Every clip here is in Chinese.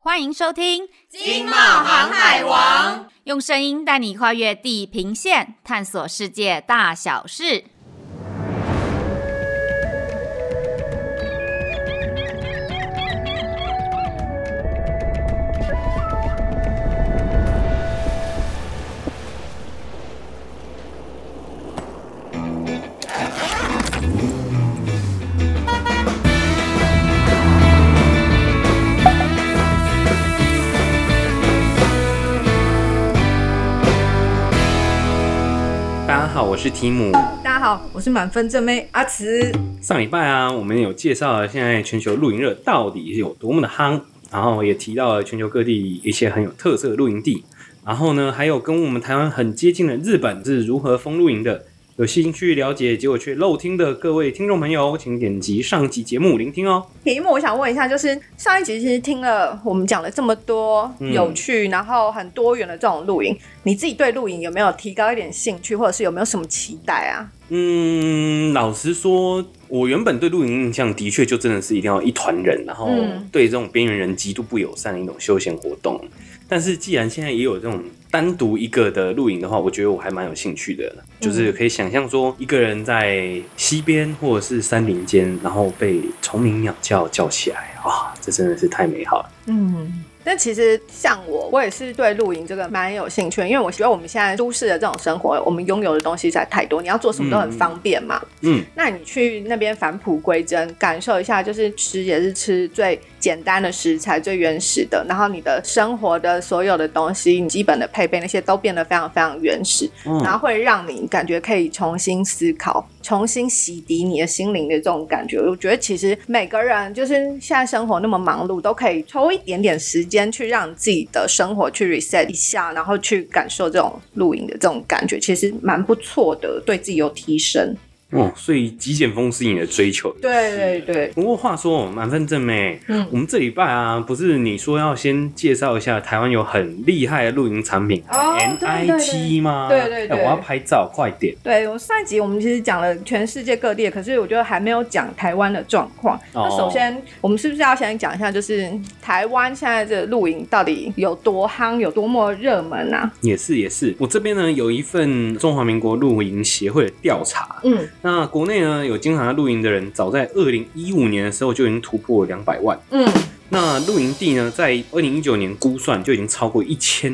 欢迎收听《 经贸航海王》， 用声音带你跨越地平线，探索世界大小事。 大家好，我是提姆。 大家好，我是满分正妹阿慈。 上礼拜啊，我们有介绍了现在全球露营热到底有多么的夯，然后也提到了全球各地一些很有特色的露营地，然后呢，还有跟我们台湾很接近的日本是如何封露营的。有兴趣了解结果却漏听的各位听众朋友，请点击上集节目聆听哦。 题目我想问一下，就是上一集其实听了我们讲了这么多有趣，然后很多元的这种露营，你自己对露营有没有提高一点兴趣，或者是有没有什么期待啊？ 老实说，我原本对露营印象的确就真的是一定要一团人，然后对这种边缘人极度不友善的一种休闲活动。但是既然现在也有这种单独一个的露营的话，我觉得我还蛮有兴趣的，就是可以想象说一个人在溪边或者是山林间，然后被虫鸣鸟叫叫起来，哇，这真的是太美好了。 但其实像我也是对露营这个蛮有兴趣的，因为我觉得我们现在都市的这种生活，我们拥有的东西实在太多，你要做什么都很方便嘛。那你去那边返璞归真，感受一下，就是吃也是吃最简单的食材，最原始的，然后你的生活的所有的东西，你基本的配备那些都变得非常非常原始，然后会让你感觉可以重新思考，重新洗涤你的心灵的这种感觉。我觉得其实每个人就是现在生活那么忙碌，都可以抽一点点时间去让自己的生活去 reset 一下，然后去感受这种露营的这种感觉，其实蛮不错的，对自己有提升。 所以极简风是你的追求。 对对对。 不过话说，满分正妹，我们这礼拜啊，不是你说要先介绍一下台湾有很厉害的露营产品NIT 吗？ 对对对， 我要拍照，快点。 对，我上一集我们其实讲了全世界各地，可是我觉得还没有讲台湾的状况。那首先，我们是不是要先讲一下，就是台湾现在的露营到底有多夯，有多么热门啊？ 也是，我这边呢有一份中华民国露营协会的调查。那国内呢有经常在露营的人，早在2015年的时候就已经突破了200万。那露营地呢，在2019年估算就已经超过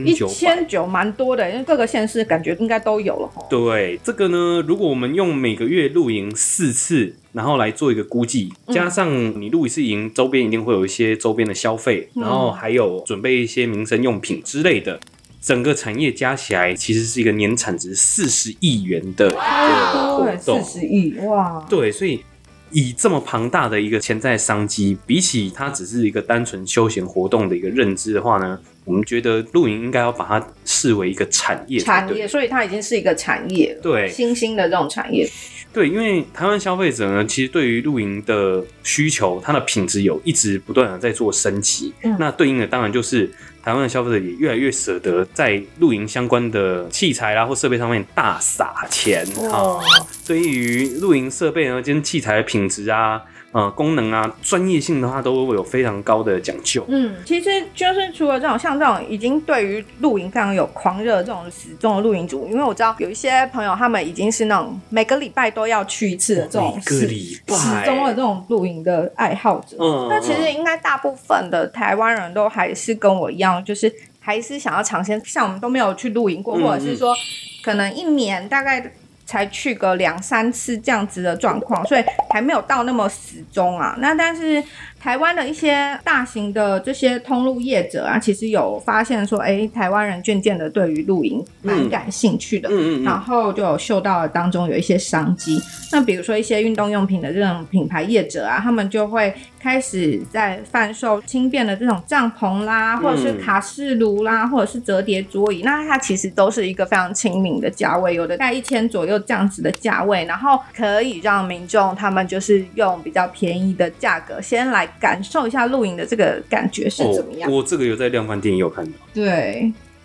1900， 蛮多的，因为各个县市感觉应该都有了。 对，这个呢，如果我们用每个月露营4次，然后来做一个估计，加上你露一次营，周边一定会有一些周边的消费，然后还有准备一些民生用品之类的。整个产业加起来，其实是一个年产值40亿元的一个活动。 40亿，哇！ 对，所以以这么庞大的一个潜在商机，比起它只是一个单纯休闲活动的一个认知的话呢，我们觉得露营应该要把它视为一个产业。 所以它已经是一个产业了。 对， 新兴的这种产业。 对，因为台湾消费者呢，其实对于露营的需求，它的品质有一直不断的在做升级。那对应的当然就是台湾的消费者也越来越舍得在露营相关的器材啦或设备上面大撒钱。对于露营设备呢，跟器材的品质啊、功能啊、专业性的话，都会有非常高的讲究。 其实就是除了这种像这种已经对于露营非常有狂热这种死忠的露营主，因为我知道有一些朋友他们已经是那种每个礼拜都要去一次的这种死忠的这种露营的爱好者。那其实应该大部分的台湾人都还是跟我一样，就是还是想要尝鲜，像我们都没有去露营过，或者是说可能一年大概才去个2-3次这样子的状况，所以还没有到那么死忠啊。那但是台湾的一些大型的这些通路业者啊，其实有发现说，台湾人渐渐的对于露营蛮感兴趣的，然后就有嗅到了当中有一些商机。那比如说一些运动用品的这种品牌业者啊，他们就会开始在贩售轻便的这种帐篷啦，或者是卡式炉啦，或者是折叠桌椅。那它其实都是一个非常亲民的价位，有的在1000左右这样子的价位，然后可以让民众他们就是用比较便宜的价格先来感受一下露营的这个感觉是怎么样。 我这个有在量贩店也有看到。 对，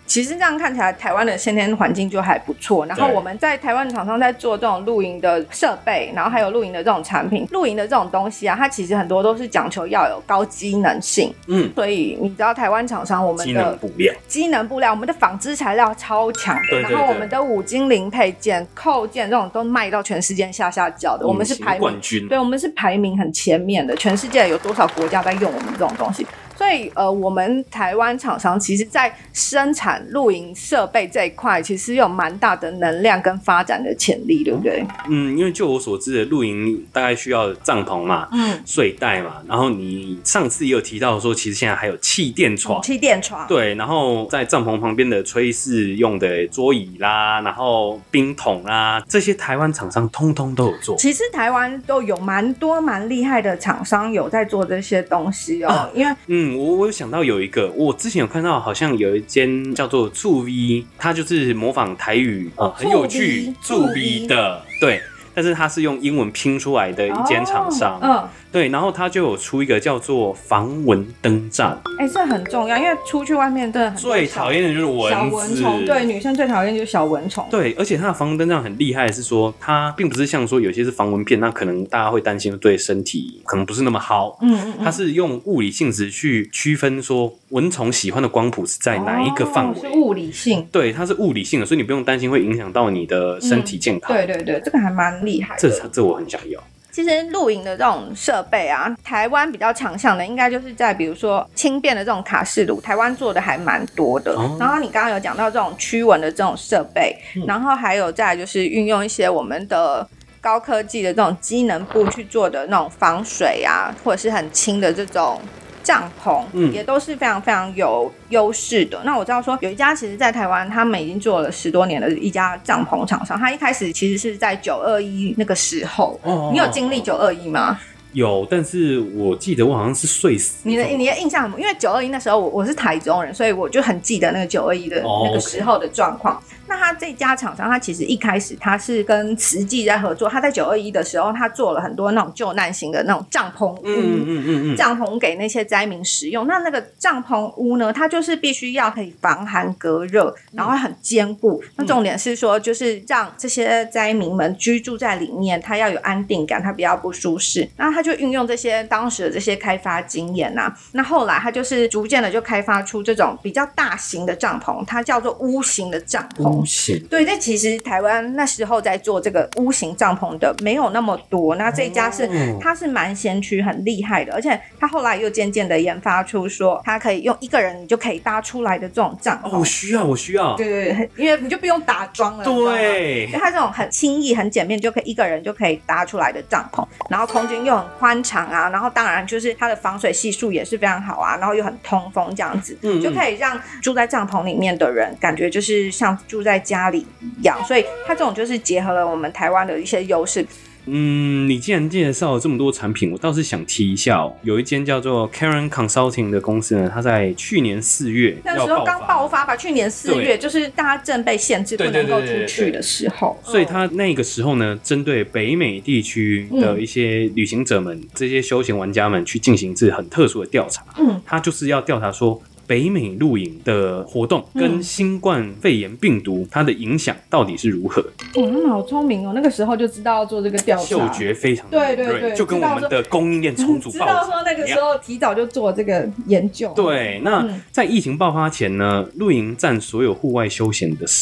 其实这样看起来，台湾的先天环境就还不错。然后我们在台湾厂商在做这种露营的设备，然后还有露营的这种产品，露营的这种东西啊，它其实很多都是讲求要有高机能性。所以你知道台湾厂商我们的机能布料，我们的纺织材料超强的，然后我们的五金零配件、扣件这种都卖到全世界下脚的，我们是排名冠军， 对，我们是排名很前面的，全世界有多少国家在用我们这种东西？所以我们台湾厂商其实在生产露营设备这一块其实有蛮大的能量跟发展的潜力，对不对？ 因为就我所知的露营大概需要帐篷嘛，睡袋嘛，然后你上次也有提到说其实现在还有气垫床，对，然后在帐篷旁边的炊事用的桌椅啦，然后冰桶啦，这些台湾厂商通通都有做。 其实台湾都有蛮多蛮厉害的厂商有在做这些东西哦，因为我有想到有一个，我之前有看到好像有一间叫做醋 V， 它就是模仿台语很有趣醋 V 的，对，但是它是用英文拼出来的一间厂商，对，然后它就有出一个叫做防蚊灯罩， 这很重要，因为出去外面真的很最讨厌的就是蚊子， 小蚊虫，对，女生最讨厌就是小蚊虫， 对，而且它的防蚊灯罩很厉害的是说，它并不是像说有些是防蚊片，那可能大家会担心对身体可能不是那么好，它是用物理性质去区分说蚊虫喜欢的光谱是在哪一个范围， 是物理性， 对，它是物理性的，所以你不用担心会影响到你的身体健康， 对对对，这个还蛮厉害的， 这我很想要。 其实露营的这种设备啊，台湾比较强项的应该就是在比如说轻便的这种卡式炉，台湾做的还蛮多的。然后你刚刚有讲到这种驱蚊的这种设备，然后还有再来就是运用一些我们的高科技的这种机能布去做的那种防水啊，或者是很轻的这种帐篷，也都是非常非常有优势的。那我知道说有一家其实在台湾他们已经做了10多年的一家帐篷厂商，他一开始其实是在921那个时候，你有经历921吗？ 有，但是我记得我好像是睡死。 你的印象很，因为921那时候我是台中人，所以我就很记得那个921的那个时候的状况。那他这家厂商，他其实一开始他是跟慈济在合作，他在921的时候，他做了很多那种救难型的那种帐篷屋，帐篷给那些灾民使用。那个帐篷屋呢，它就是必须要可以防寒隔热，然后很坚固。那重点是说，就是让这些灾民们居住在里面，他要有安定感，他比较不舒适。那他就运用这些当时的这些开发经验啊，那后来他就是逐渐的就开发出这种比较大型的帐篷，它叫做屋型的帐篷。对，这其实台湾那时候在做这个屋型帐篷的没有那么多，那这一家是它是蛮先驱很厉害的，而且他后来又渐渐的研发出说它可以用一个人你就可以搭出来的这种帐篷。 我需要， 对对对，因为你就不用打桩了， 对， 因为它这种很轻易很简便就可以一个人就可以搭出来的帐篷，然后空间又很宽敞啊，然后当然就是它的防水系数也是非常好啊，然后又很通风这样子，就可以让住在帐篷里面的人感觉就是像住在家里一样，所以它这种就是结合了我们台湾的一些优势。 你既然介绍了这么多产品，我倒是想提一下有一间叫做 Karen Consulting 的公司呢，它在去年4月那时候刚爆发吧，去年4月就是大家正被限制不能够出去的时候， 所以它那个时候呢，针对北美地区的一些旅行者们，这些休闲玩家们去进行一次很特殊的调查，它就是要调查说北美露营的活动跟新冠肺炎病毒它的影响到底是如何。 他们好聪明哦，那个时候就知道要做这个调查， 嗅觉非常敏锐，对对对，就跟我们的供应链重组爆炸，知道说那个时候提早就做这个研究。 对，那在疫情爆发前呢，露营占所有户外休闲的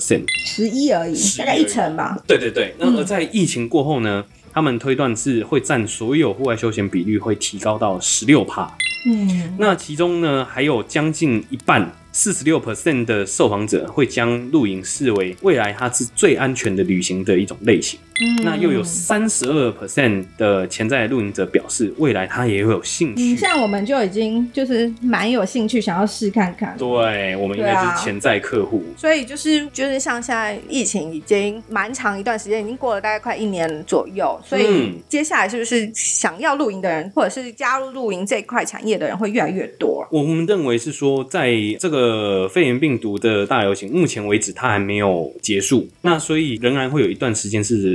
11%，11 而已，大概1成吧。 对对对，那而在疫情过后呢，他们推断是会占所有户外休闲比率会提高到16%。那其中呢，还有将近一半46% 的受访者会将露营视为未来它是最安全的旅行的一种类型。那又有32% 的潜在的露营者表示未来他也会有兴趣。 像我们就已经就是蛮有兴趣想要试看看。 对，我们应该就是潜在客户。 所以就是像现在疫情已经蛮长一段时间，已经过了大概快1年左右，所以接下来是不是想要露营的人或者是加入露营这一块产业的人会越来越多？ 我们认为是说在这个肺炎病毒的大流行目前为止它还没有结束，那所以仍然会有一段时间是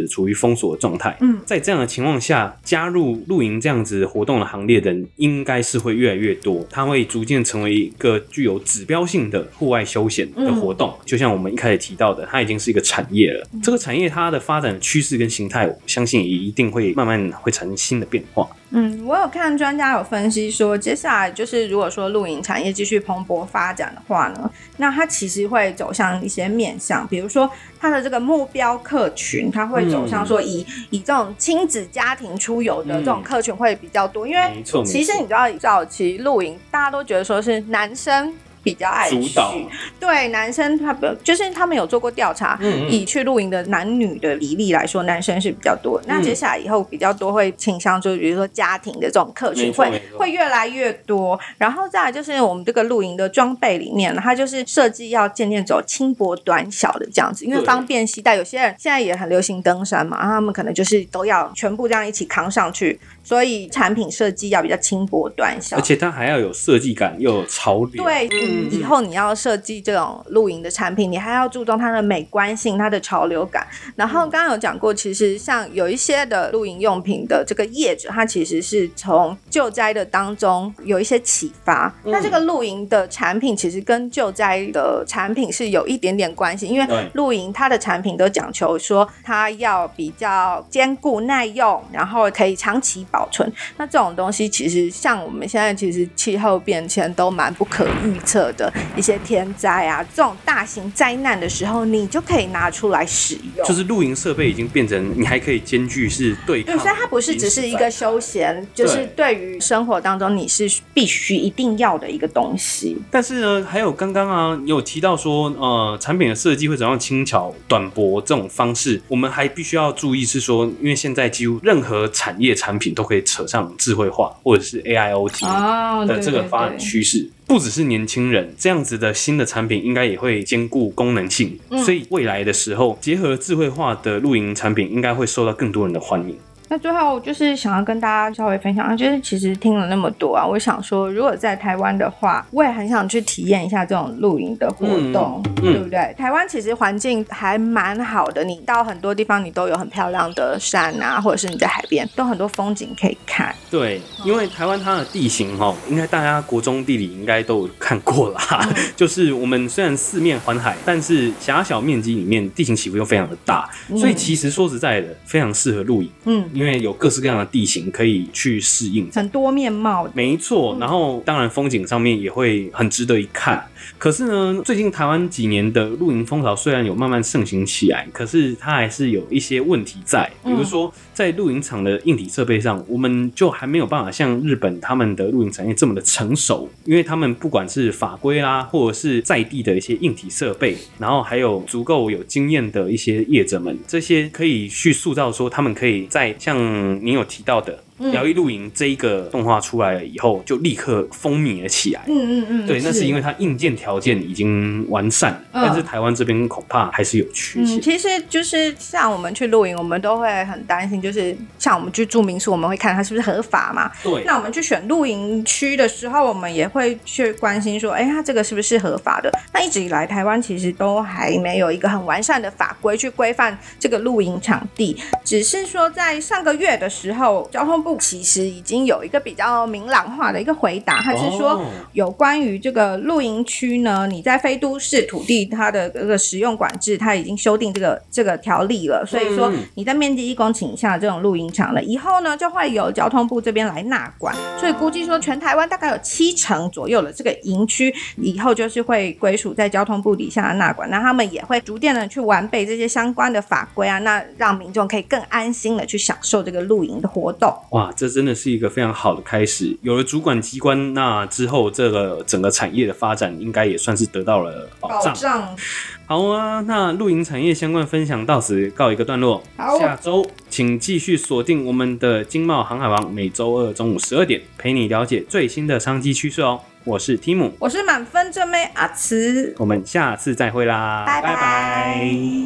处于封锁的状态。在这样的情况下，加入露营这样子活动的行列的人应该是会越来越多，它会逐渐成为一个具有指标性的户外休闲的活动。就像我们一开始提到的，它已经是一个产业了。这个产业它的发展趋势跟形态，我相信也一定会慢慢会产生新的变化。 我有看专家有分析说，接下来就是如果说露营产业继续蓬勃发展的话呢，那它其实会走向一些面向，比如说它的这个目标客群，它会走向说以这种亲子家庭出游的这种客群会比较多，因为其实你知道早期露营大家都觉得说是男生比较爱去，对，男生就是他们有做过调查，以去露营的男女的比例来说，男生是比较多。那接下来以后比较多会倾向，就比如说家庭的这种客群会越来越多。然后再来就是我们这个露营的装备里面，它就是设计要渐渐走轻薄短小的这样子，因为方便携带。有些人现在也很流行登山嘛，他们可能就是都要全部这样一起扛上去，所以产品设计要比较轻薄短小， 而且它还要有设计感，又有潮流。 对。以后你要设计这种露营的产品，你还要注重它的美观性，它的潮流感。然后刚刚有讲过，其实像有一些的露营用品的这个业者，它其实是从救灾的当中有一些启发。那这个露营的产品其实跟救灾的产品是有一点点关系，因为露营它的产品都讲求说它要比较坚固耐用，然后可以长期保存。那这种东西其实像我们现在其实气候变迁都蛮不可预测的一些天灾啊，这种大型灾难的时候，你就可以拿出来使用。 就是露营设备已经变成你还可以兼具是对抗， 对，所以它不是只是一个休闲，就是对于生活当中你是必须一定要的一个东西。 但是呢，还有刚刚啊有提到说，产品的设计会走向轻巧短薄这种方式，我们还必须要注意是说，因为现在几乎任何产业产品都可以扯上智慧化或者是 AIoT 的这个发展趋势。不只是年轻人，这样子的新的产品应该也会兼顾功能性，所以未来的时候，结合智慧化的露营产品应该会受到更多人的欢迎。 那最后就是想要跟大家稍微分享，就是其实听了那么多啊，我想说如果在台湾的话，我也很想去体验一下这种露营的活动，对不对？台湾其实环境还蛮好的，你到很多地方你都有很漂亮的山啊，或者是你在海边都很多风景可以看。 对，因为台湾它的地形应该大家国中地理应该都有看过啦，就是我们虽然四面环海，但是狭小面积里面地形起伏又非常的大，所以其实说实在的非常适合露营，因为有各式各样的地形可以去适应， 很多面貌的， 没错。然后当然风景上面也会很值得一看。可是呢，最近台湾几年的露营风潮虽然有慢慢盛行起来，可是它还是有一些问题在，比如说在露营场的硬体设备上，我们就还没有办法像日本他们的露营产业这么的成熟，因为他们不管是法规啦，或者是在地的一些硬体设备，然后还有足够有经验的一些业者们，这些可以去塑造说他们可以在像你有提到的疗愈露营这一个动画出来了以后，就立刻风靡了起来。对，那是因为它硬件条件已经完善了，但是台湾这边恐怕还是有缺陷。 其实就是像我们去露营，我们都会很担心，就是像我们去住民宿，我们会看它是不是合法嘛。 对。 那我们去选露营区的时候，我们也会去关心说，它这个是不是合法的？那一直以来，台湾其实都还没有一个很完善的法规去规范这个露营场地，只是说在上个月的时候，交通部其实已经有一个比较明朗化的一个回答，它是说有关于这个露营区呢，你在非都市土地它的这个使用管制，它已经修订这个条例了，所以说你在面积1公顷以下的这种露营场呢，以后呢就会由交通部这边来纳管，所以估计说全台湾大概有70%左右的这个营区以后就是会归属在交通部底下的纳管，那他们也会逐渐的去完备这些相关的法规啊，那让民众可以更安心的去享受这个露营的活动。 哇，这真的是一个非常好的开始，有了主管机关，那之后这个整个产业的发展应该也算是得到了保障。好啊，那露营产业相关分享到此告一个段落，下周请继续锁定我们的经贸航海王，每周二中午12点陪你了解最新的商机趋势哦。我是 Tim， 我是满分正妹阿慈， 我们下次再会啦， 拜拜。